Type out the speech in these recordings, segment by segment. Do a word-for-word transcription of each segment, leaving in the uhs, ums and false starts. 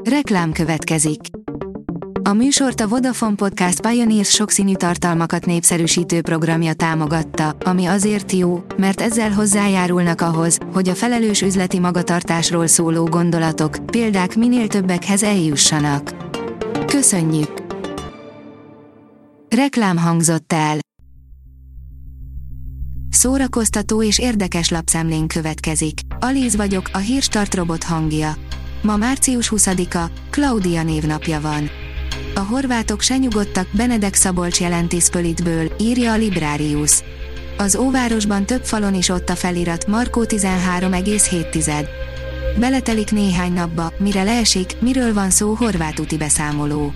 Reklám következik. A műsort a Vodafone Podcast Pioneers sokszínű tartalmakat népszerűsítő programja támogatta, ami azért jó, mert ezzel hozzájárulnak ahhoz, hogy a felelős üzleti magatartásról szóló gondolatok, példák minél többekhez eljussanak. Köszönjük! Reklám hangzott el. Szórakoztató és érdekes lapszemlén következik. Alíz vagyok, a Hírstart robot hangja. Ma március huszadika, Klaudia névnapja van. A horvátok se nyugodtak, Benedek Szabolcs jelenti Splitből, írja a Librarius. Az óvárosban több falon is ott a felirat Markó tizenhárom egész hét. Beletelik néhány napba, mire leesik, miről van szó horvát beszámoló.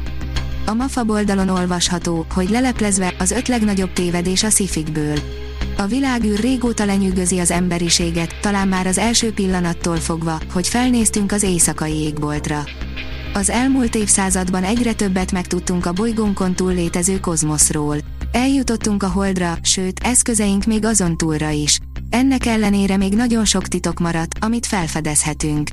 A Mafab oldalon olvasható, hogy leleplezve az öt legnagyobb tévedés a sci-fikből. A világűr régóta lenyűgözi az emberiséget, talán már az első pillanattól fogva, hogy felnéztünk az éjszakai égboltra. Az elmúlt évszázadban egyre többet megtudtunk a bolygónkon túl létező kozmoszról. Eljutottunk a Holdra, sőt, eszközeink még azon túlra is. Ennek ellenére még nagyon sok titok maradt, amit felfedezhetünk.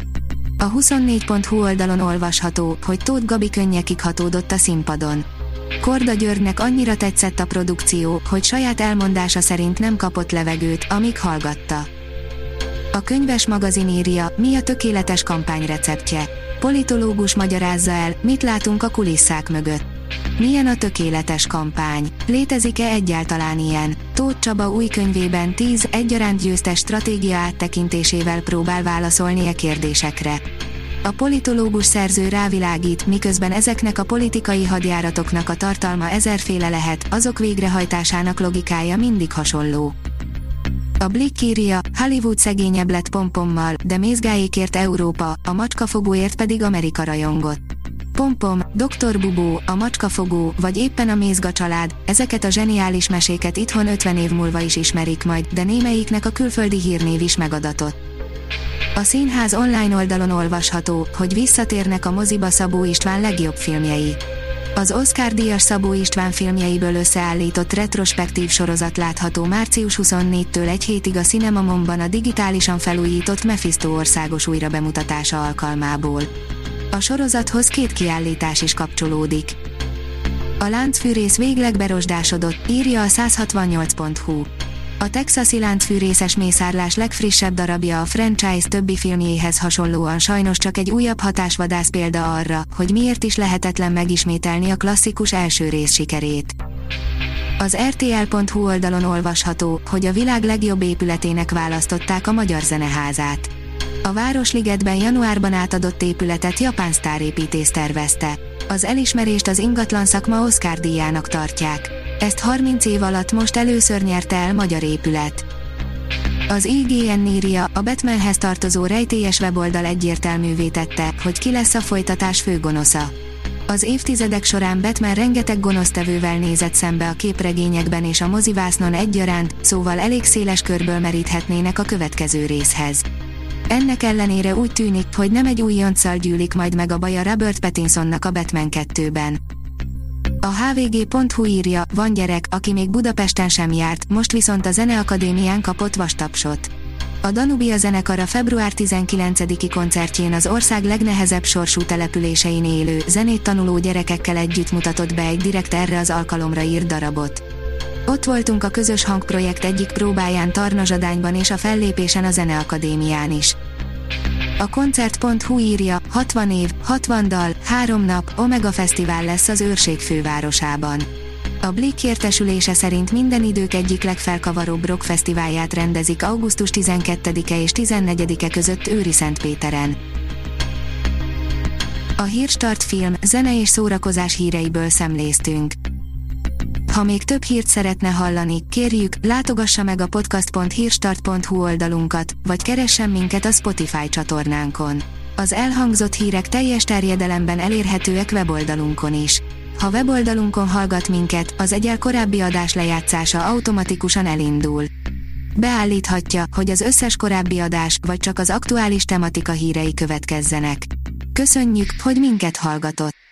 A huszonnégy pont hu oldalon olvasható, hogy Tóth Gabi könnyekig hatódott a színpadon. Korda Györgynek annyira tetszett a produkció, hogy saját elmondása szerint nem kapott levegőt, amíg hallgatta. A Könyves magazin írja, mi a tökéletes kampány receptje. Politológus magyarázza el, mit látunk a kulisszák mögött. Milyen a tökéletes kampány? Létezik-e egyáltalán ilyen? Tóth Csaba új könyvében tíz egyaránt győztes stratégia áttekintésével próbál válaszolni e kérdésekre. A politológus szerző rávilágít, miközben ezeknek a politikai hadjáratoknak a tartalma ezerféle lehet, azok végrehajtásának logikája mindig hasonló. A Blick írja, Hollywood szegényebb lett pompommal, de mézgáékért Európa, a macskafogóért pedig Amerika rajongott. Pompom, doktor Bubó, a macskafogó, vagy éppen a mézga család, ezeket a zseniális meséket itthon ötven év múlva is ismerik majd, de némelyiknek a külföldi hírnév is megadatott. A Színház online oldalon olvasható, hogy visszatérnek a moziba Szabó István legjobb filmjei. Az Oscar-díjas Szabó István filmjeiből összeállított retrospektív sorozat látható március huszonnégyedikétől egy hétig a Cinemamomban a digitálisan felújított Mephisto országos újrabemutatása alkalmából. A sorozathoz két kiállítás is kapcsolódik. A láncfűrész végleg berosdásodott, írja a száz hatvannyolc pont hu. A texasi láncfűrészes mészárlás legfrissebb darabja a franchise többi filmjéhez hasonlóan sajnos csak egy újabb hatásvadász példa arra, hogy miért is lehetetlen megismételni a klasszikus első rész sikerét. Az er té el pont hu oldalon olvasható, hogy a világ legjobb épületének választották a Magyar Zeneházát. A Városligetben januárban átadott épületet japán sztárépítész tervezte. Az elismerést az ingatlan szakma Oscar-díjának tartják. Ezt harminc év alatt most először nyerte el magyar épület. Az i gé en írja, a Batmanhez tartozó rejtélyes weboldal egyértelművé tette, hogy ki lesz a folytatás főgonosza. Az évtizedek során Batman rengeteg gonosztevővel nézett szembe a képregényekben és a mozivásznon egyaránt, szóval elég széles körből meríthetnének a következő részhez. Ennek ellenére úgy tűnik, hogy nem egy újonccal gyűlik majd meg a baja Robert Pattinsonnak a Batman kettőben. A há vé gé pont hu írja, van gyerek, aki még Budapesten sem járt, most viszont a Zeneakadémián kapott vastapsot. A Danubia zenekara február tizenkilencediki koncertjén az ország legnehezebb sorsú településein élő, zenét tanuló gyerekekkel együtt mutatott be egy direkt erre az alkalomra írt darabot. Ott voltunk a közös hangprojekt egyik próbáján Tarnazsadányban és a fellépésen a Zeneakadémián is. A koncert pont hu írja, hatvan év, hatvan dal, három nap, Omega Fesztivál lesz az Őrség fővárosában. A Blick értesülése szerint minden idők egyik legfelkavaróbb rockfesztiválját rendezik augusztus tizenkettedike és tizennegyedike között Őri-Szentpéteren. A Hírstart film, zene és szórakozás híreiből szemléztünk. Ha még több hírt szeretne hallani, kérjük, látogassa meg a podcast pont hírstart pont hu oldalunkat, vagy keressen minket a Spotify csatornánkon. Az elhangzott hírek teljes terjedelemben elérhetőek weboldalunkon is. Ha weboldalunkon hallgat minket, az egyel korábbi adás lejátszása automatikusan elindul. Beállíthatja, hogy az összes korábbi adás, vagy csak az aktuális tematika hírei következzenek. Köszönjük, hogy minket hallgatott!